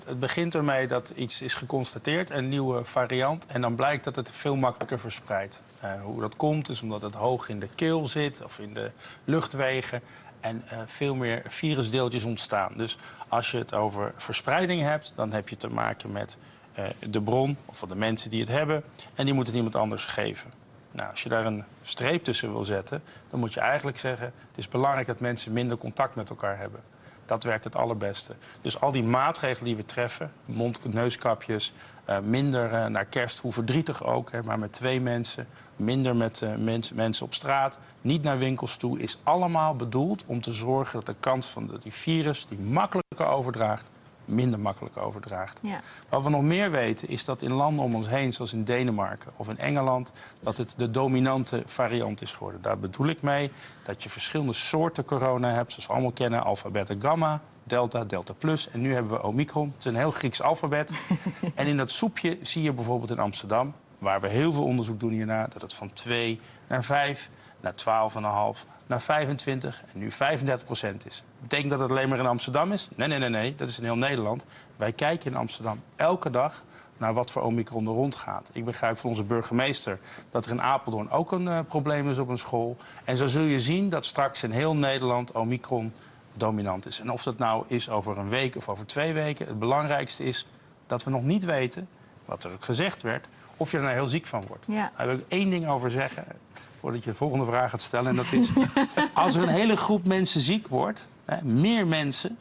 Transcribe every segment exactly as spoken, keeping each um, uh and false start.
Het begint ermee dat iets is geconstateerd, een nieuwe variant. En dan blijkt dat het veel makkelijker verspreidt. Uh, hoe dat komt is omdat het hoog in de keel zit of in de luchtwegen. En uh, veel meer virusdeeltjes ontstaan. Dus als je het over verspreiding hebt, dan heb je te maken met uh, de bron of de mensen die het hebben. En die moeten het iemand anders geven. Nou, als je daar een streep tussen wil zetten, dan moet je eigenlijk zeggen... het is belangrijk dat mensen minder contact met elkaar hebben. Dat werkt het allerbeste. Dus al die maatregelen die we treffen, mond- neuskapjes... Uh, minder uh, naar kerst, hoe verdrietig ook, hè, maar met twee mensen... minder met uh, mens, mensen op straat, niet naar winkels toe... is allemaal bedoeld om te zorgen dat de kans van dat die virus... die makkelijker overdraagt, minder makkelijk overdraagt. Ja. Wat we nog meer weten is dat in landen om ons heen, zoals in Denemarken of in Engeland... dat het de dominante variant is geworden. Daar bedoel ik mee dat je verschillende soorten corona hebt... zoals we allemaal kennen, alpha, beta, gamma, delta, delta plus. En nu hebben we omicron. Het is een heel Grieks alfabet. En in dat soepje zie je bijvoorbeeld in Amsterdam... waar we heel veel onderzoek doen hierna... dat het van twee naar vijf, naar twaalf komma vijf, naar vijfentwintig en nu vijfendertig procent is. Betekent dat het alleen maar in Amsterdam is? Nee, nee, nee, nee. Dat is in heel Nederland. Wij kijken in Amsterdam elke dag naar wat voor omicron er rondgaat. Ik begrijp van onze burgemeester dat er in Apeldoorn ook een uh, probleem is op een school. En zo zul je zien dat straks in heel Nederland omicron dominant is. En of dat nou is over een week of over twee weken... het belangrijkste is dat we nog niet weten, wat er gezegd werd... of je er nou heel ziek van wordt. Ja. Daar wil ik één ding over zeggen, voordat je de volgende vraag gaat stellen. En dat is, als er een hele groep mensen ziek wordt, hè, meer mensen...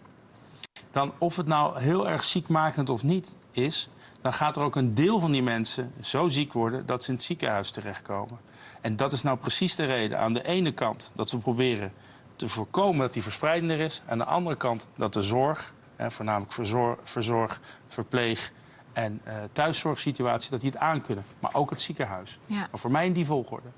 dan of het nou heel erg ziekmakend of niet is... dan gaat er ook een deel van die mensen zo ziek worden... dat ze in het ziekenhuis terechtkomen. En dat is nou precies de reden. Aan de ene kant dat we proberen te voorkomen dat die verspreiding er is. Aan de andere kant dat de zorg, hè, voornamelijk verzorg, verzorg verpleeg... en uh, thuiszorgsituatie, dat die het aankunnen. Maar ook het ziekenhuis. Ja. Maar voor mij in die volgorde.